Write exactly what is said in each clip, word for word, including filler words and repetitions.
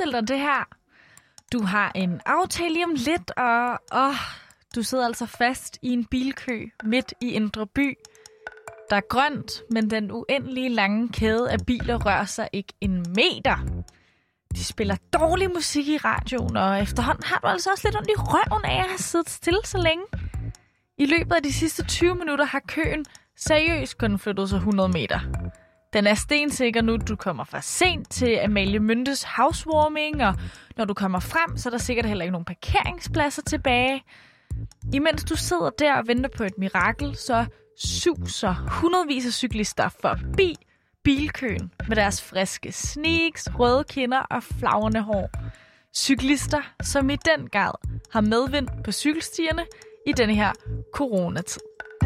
forestil dig det her. Du har en aftale lige om lidt, og åh, du sidder altså fast i en bilkø midt i Indre By. Der er grønt, men den uendelige lange kæde af biler rører sig ikke en meter. De spiller dårlig musik i radioen, og efterhånden har du altså også lidt ondt i røven af at have siddet stille så længe. I løbet af de sidste tyve minutter har køen seriøst kun flyttet sig hundrede meter. Den er stensikker nu, du kommer for sent til Amalie Myntes housewarming, og når du kommer frem, så er der sikkert heller ikke nogen parkeringspladser tilbage. Imens du sidder der og venter på et mirakel, så suser hundredvis af cyklister forbi bilkøen med deres friske sneaks, røde kinder og flagrende hår. Cyklister, som i den grad har medvind på cykelstierne i denne her coronatid.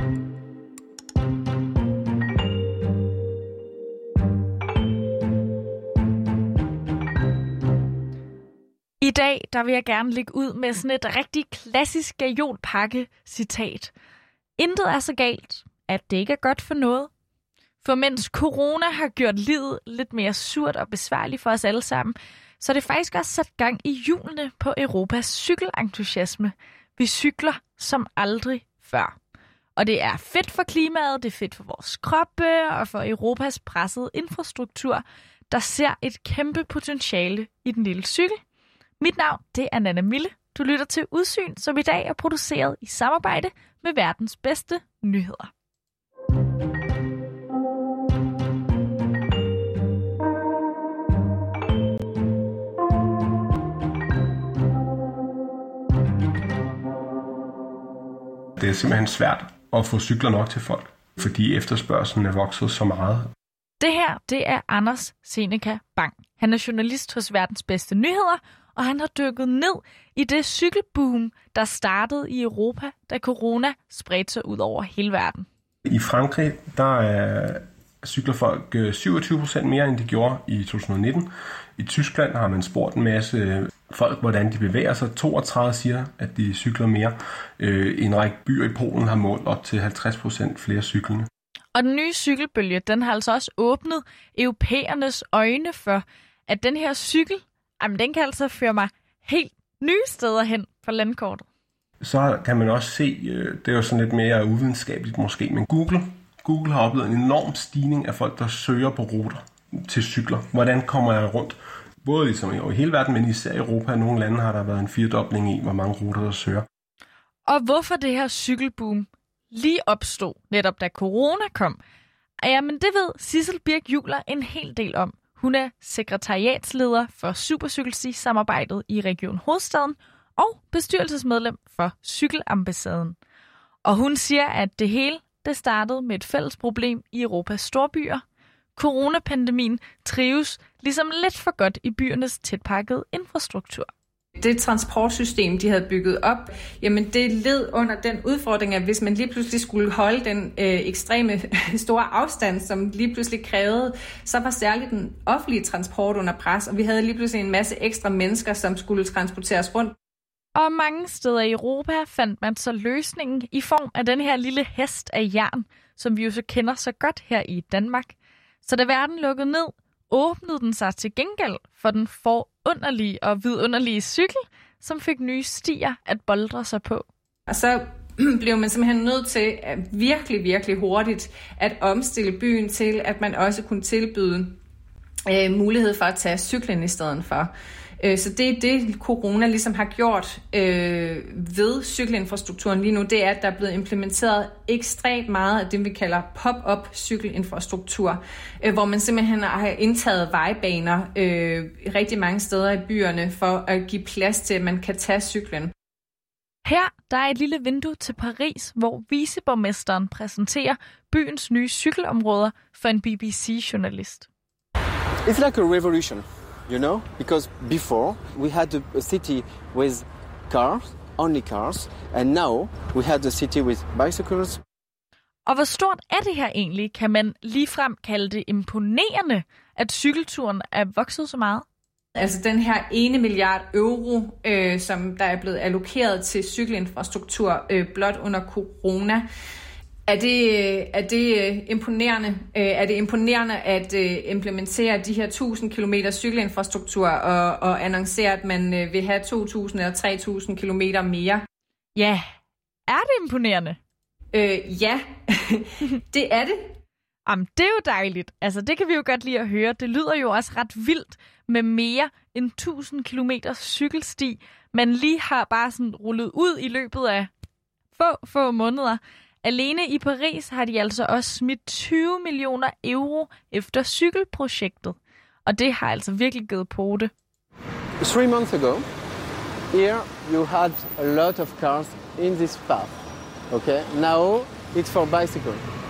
I dag der vil jeg gerne lægge ud med sådan et rigtig klassisk gajolpakke-citat. Intet er så galt, at det ikke er godt for noget. For mens corona har gjort livet lidt mere surt og besværligt for os alle sammen, så er det faktisk også sat gang i hjulene på Europas cykelentusiasme. Vi cykler som aldrig før. Og det er fedt for klimaet, det er fedt for vores kroppe og for Europas pressede infrastruktur, der ser et kæmpe potentiale i den lille cykel. Mit navn, det er Nanna Mille. Du lytter til Udsyn, som i dag er produceret i samarbejde med verdens bedste nyheder. Det er simpelthen svært at få cykler nok til folk, fordi efterspørgselen er vokset så meget. Det her, det er Anders Seneca Bang. Han er journalist hos Verdens Bedste Nyheder, og han har dykket ned i det cykelboom, der startede i Europa, da corona spredte sig ud over hele verden. I Frankrig, der er cykler folk syvogtyve procent mere, end de gjorde i to tusind nitten. I Tyskland har man spurgt en masse folk, hvordan de bevæger sig. toogtredive siger, at de cykler mere. En række byer i Polen har målt op til halvtreds procent flere cyklende. Og den nye cykelbølge, den har altså også åbnet europæernes øjne for, at den her cykel, jamen, den kan altså føre mig helt nye steder hen på landkortet. Så kan man også se, det er jo sådan lidt mere uvidenskabeligt måske, men Google, Google har oplevet en enorm stigning af folk, der søger på ruter til cykler. Hvordan kommer jeg rundt? Både ligesom i hele verden, men især i Europa. I nogle lande har der været en firedobling i, hvor mange ruter der søger. Og hvorfor det her cykelboom lige opstod, netop da corona kom, jamen det ved Sissel Birk Juhler en hel del om. Hun er sekretariatsleder for Supercykelsti-samarbejdet i Region Hovedstaden og bestyrelsesmedlem for Cykelambassaden. Og hun siger, at det hele det startede med et fælles problem i Europas storbyer. Coronapandemien trives ligesom lidt for godt i byernes tætpakkede infrastruktur. Det transportsystem, de havde bygget op, jamen det led under den udfordring, at hvis man lige pludselig skulle holde den øh, ekstreme store afstand, som lige pludselig krævede, så var særligt den offentlige transport under pres, og vi havde lige pludselig en masse ekstra mennesker, som skulle transporteres rundt. Og mange steder i Europa fandt man så løsningen i form af den her lille hest af jern, som vi jo så kender så godt her i Danmark. Så da verden lukkede ned, åbnede den sig til gengæld for den forunderlige og vidunderlige cykel, som fik nye stier at boldre sig på. Og så blev man simpelthen nødt til at virkelig, virkelig hurtigt at omstille byen til, at man også kunne tilbyde øh, mulighed for at tage cyklen i stedet for. Øh, så det er det, corona ligesom har gjort øh, ved cykelinfrastrukturen lige nu, det er, at der er blevet implementeret ekstremt meget af det, vi kalder pop-up cykelinfrastruktur, øh, hvor man simpelthen har indtaget vejbaner øh, rigtig mange steder i byerne for at give plads til, at man kan tage cyklen. Her der er et lille vindue til Paris, hvor viceborgmesteren præsenterer byens nye cykelområder for en B B C-journalist. It's like a revolution, you know, because before we had a city with cars, only cars, and now we had a city with bicycles. Og hvor stort er det her egentlig? Kan man ligefrem kalde det imponerende, at cykelturen er vokset så meget? Altså den her ene milliard euro, øh, som der er blevet allokeret til cykelinfrastruktur øh, blot under corona, Er det, er det imponerende? Er det imponerende at implementere de her tusind kilometer cykelinfrastruktur og, og annoncere, at man vil have to tusind eller tre tusind kilometer mere? Ja, er det imponerende? Øh, ja, det er det. Jamen, det er jo dejligt. Altså, det kan vi jo godt lide at høre. Det lyder jo også ret vildt med mere end tusind kilometer cykelsti, man lige har bare sådan rullet ud i løbet af få, få måneder. Alene i Paris har de altså også smidt tyve millioner euro efter cykelprojektet. Og det har altså virkelig givet på det. Three months ago, here you had a lot of cars in this path. Okay, now it's for bicycle.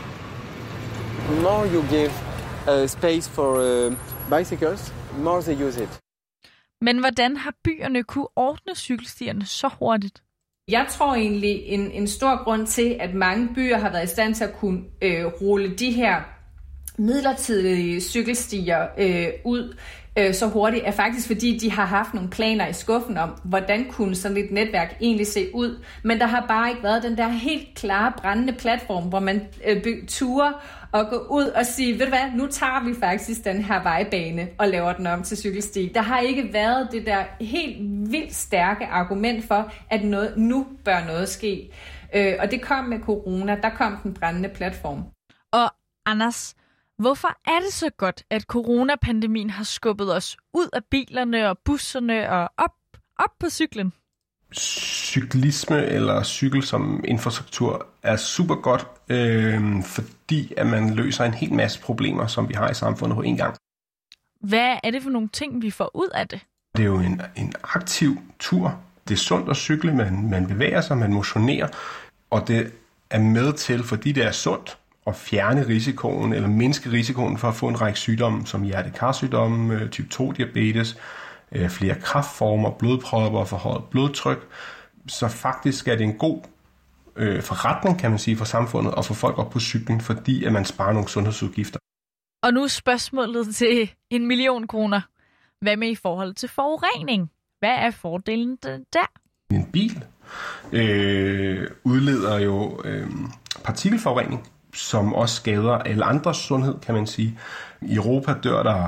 More you give uh, space for uh, bicycles, more they use it. Men hvordan har byerne kunne ordne cykelstierne så hurtigt? Jeg tror egentlig, en, en stor grund til, at mange byer har været i stand til at kunne øh, rulle de her midlertidige cykelstier øh, ud øh, så hurtigt, er faktisk fordi, de har haft nogle planer i skuffen om, hvordan kunne sådan et netværk egentlig se ud. Men der har bare ikke været den der helt klare brændende platform, hvor man øh, by- turer og gå ud og sige, ved du hvad, nu tager vi faktisk den her vejbane og laver den om til cykelsti. Der har ikke været det der helt vildt stærke argument for, at noget, nu bør noget ske. Øh, og det kom med corona, der kom den brændende platform. Og Anders, hvorfor er det så godt, at coronapandemien har skubbet os ud af bilerne og busserne og op, op på cyklen? Cyklisme eller cykel som infrastruktur er super godt, øh, fordi at man løser en hel masse problemer, som vi har i samfundet på en gang. Hvad er det for nogle ting, vi får ud af det? Det er jo en, en aktiv tur. Det er sundt at cykle, man, man bevæger sig, man motionerer, og det er med til, fordi det er sundt, at fjerne risikoen eller mindske risikoen for at få en række sygdomme, som hjerte-karsygdomme, type to diabetes, flere kræftformer, blodpropper og forhøjet blodtryk. Så faktisk er det en god øh, forretning, kan man sige, for samfundet og for folk op på cyklen, fordi at man sparer nogle sundhedsudgifter. Og nu spørgsmålet til en million kroner. Hvad med i forhold til forurening? Hvad er fordelen der? En bil øh, udleder jo øh, partikelforurening, som også skader alle andres sundhed, kan man sige. I Europa dør der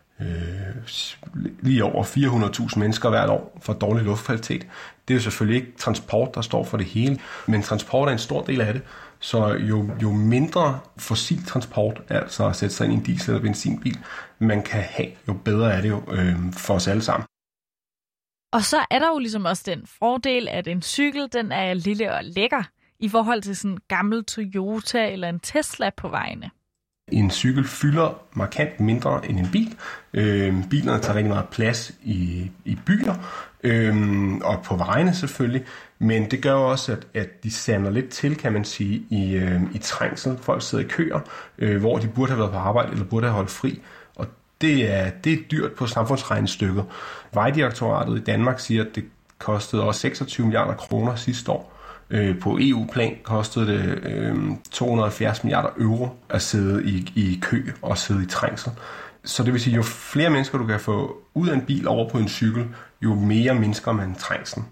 øh, lige over fire hundrede tusind mennesker hvert år for dårlig luftkvalitet. Det er jo selvfølgelig ikke transport, der står for det hele, men transport er en stor del af det. Så jo, jo mindre fossil transport, altså at sætte sig ind i en diesel- eller benzinbil, man kan have, jo bedre er det jo øh, for os alle sammen. Og så er der jo ligesom også den fordel, at en cykel, den er lille og lækker i forhold til sådan en gammel Toyota eller en Tesla på vejene. En cykel fylder markant mindre end en bil. Øh, bilerne tager rigtig meget plads i, i byer, øh, og på vejene selvfølgelig. Men det gør også, at, at de sander lidt til, kan man sige, i, øh, i trængsel. Folk sidder i køer, øh, hvor de burde have været på arbejde eller burde have holdt fri. Og det er, det er dyrt på samfundsregnestykket. Vejdirektoratet i Danmark siger, at det kostede også seksogtyve milliarder kroner sidste år. På E U-plan kostede det øh, to hundrede og halvfjerds milliarder euro at sidde i, i kø og sidde i trængsel. Så det vil sige, jo flere mennesker du kan få ud af en bil over på en cykel, jo mere mindsker man trængslen.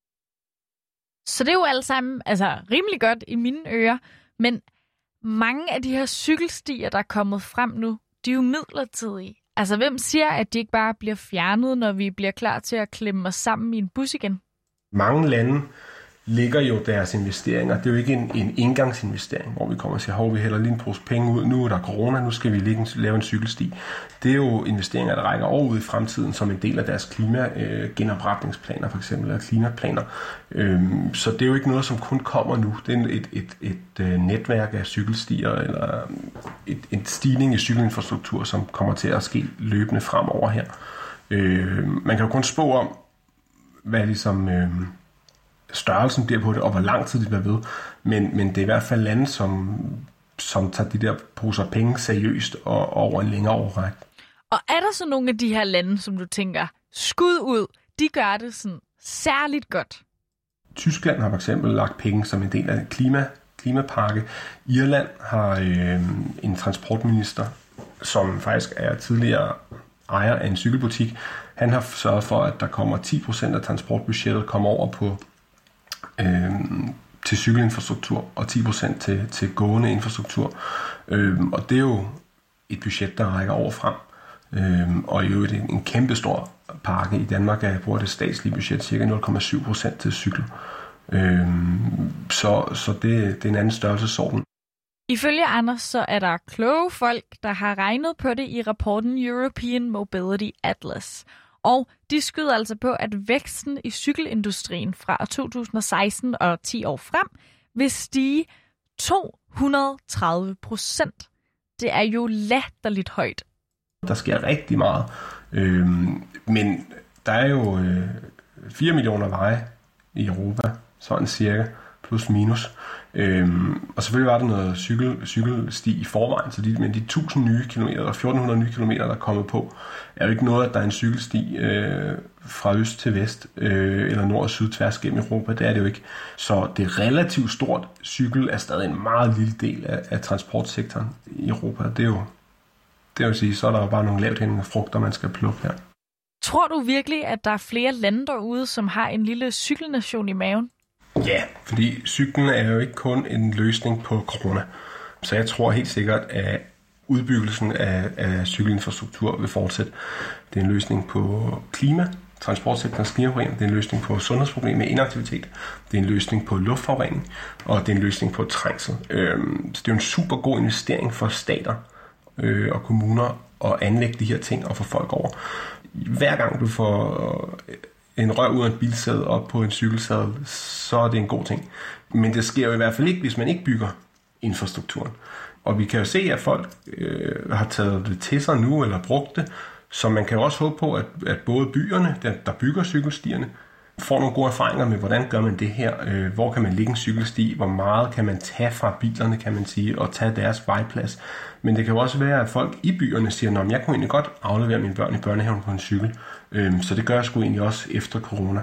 Så det er jo alt sammen altså, rimelig godt i mine ører, men mange af de her cykelstier, der er kommet frem nu, de er jo midlertidige. Altså hvem siger, at de ikke bare bliver fjernet, når vi bliver klar til at klemme os sammen i en bus igen? Mange lande ligger jo deres investeringer. Det er jo ikke en, en engangsinvestering, hvor vi kommer og siger, hov, vi hælder lige en pose penge ud, nu er der corona, nu skal vi lige lave en cykelsti. Det er jo investeringer, der rækker over ud i fremtiden, som en del af deres klimagenopretningsplaner, for eksempel, eller klimaplaner. Øhm, så det er jo ikke noget, som kun kommer nu. Det er et, et, et, et netværk af cykelstier, eller et, en stigning i cykelinfrastruktur, som kommer til at ske løbende fremover her. Øh, man kan jo kun spå om, hvad ligesom Øh, størrelsen bliver på det, og hvor lang tid det bliver ved. Men, men det er i hvert fald lande, som, som tager de der poser penge seriøst og over en længere årrække. Og er der så nogle af de her lande, som du tænker, skud ud, de gør det sådan særligt godt? Tyskland har for eksempel lagt penge som en del af klima, klimapakke. Irland har øh, en transportminister, som faktisk er tidligere ejer af en cykelbutik. Han har sørget for, at der kommer ti procent af transportbudgettet kommer over på til cykelinfrastruktur og ti procent til, til gående infrastruktur. Øhm, og det er jo et budget, der rækker over frem. Øhm, og i øvrigt en, en kæmpe stor pakke. I Danmark er bruger det statslige budget cirka nul komma syv procent til cykel. Øhm, så så det, det er en anden størrelsesorden. Ifølge Anders, så er der kloge folk, der har regnet på det i rapporten European Mobility Atlas. Og de skyder altså på, at væksten i cykelindustrien fra to tusind og seksten og ti år frem vil stige to hundrede og tredive procent. Det er jo latterligt højt. Der sker rigtig meget, øhm, men der er jo øh, fire millioner veje i Europa, sådan cirka, plus minus. Øhm, og selvfølgelig var der noget cykel, cykelsti i forvejen, så de, men de tusind nye kilometer, eller fjorten hundrede nye kilometer, der er kommet på, er jo ikke noget, at der er en cykelsti øh, fra øst til vest, øh, eller nord og syd tværs gennem Europa. Det er det jo ikke. Så det er relativt stort. Cykel er stadig en meget lille del af, af transportsektoren i Europa. Det er jo, det vil sige, så er der jo bare nogle lavt hængende frugter, man skal plukke her. Tror du virkelig, at der er flere lande derude, som har en lille cykelnation i maven? Ja, fordi cyklen er jo ikke kun en løsning på corona. Så jeg tror helt sikkert, at udbyggelsen af, af cykelinfrastruktur vil fortsætte. Det er en løsning på klima, transportsektorens klimaproblem, det er en løsning på sundhedsproblemer med inaktivitet, det er en løsning på luftforurening, og det er en løsning på trængsel. Øhm, så det er jo en super god investering for stater øh, og kommuner at anlægge de her ting og få folk over. Hver gang du får en rør ud af en bilsæde op på en cykelsadel, så er det en god ting. Men det sker jo i hvert fald ikke, hvis man ikke bygger infrastrukturen. Og vi kan jo se, at folk øh, har taget det til sig nu, eller brugt det, så man kan jo også håbe på, at, at både byerne, der, der bygger cykelstierne, får nogle gode erfaringer med, hvordan gør man det her, øh, hvor kan man lægge en cykelsti, hvor meget kan man tage fra bilerne, kan man sige, og tage deres vejplads. Men det kan jo også være, at folk i byerne siger, at jeg kunne egentlig godt aflevere mine børn i børnehaven på en cykel, øh, så det gør jeg sgu egentlig også efter corona.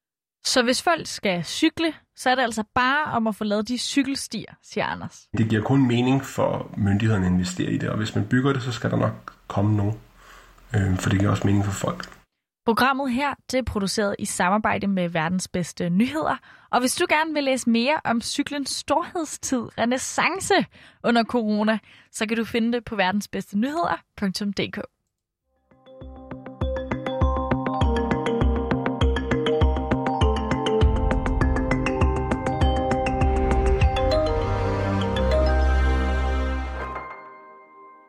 Så hvis folk skal cykle, så er det altså bare om at få lavet de cykelstier, siger Anders. Det giver kun mening for myndighederne at investere i det, og hvis man bygger det, så skal der nok komme nogen, øh, for det giver også mening for folk. Programmet her, det er produceret i samarbejde med Verdens Bedste Nyheder. Og hvis du gerne vil læse mere om cyklens storhedstid, renæssance under corona, så kan du finde det på verdensbedstenyheder punktum d k.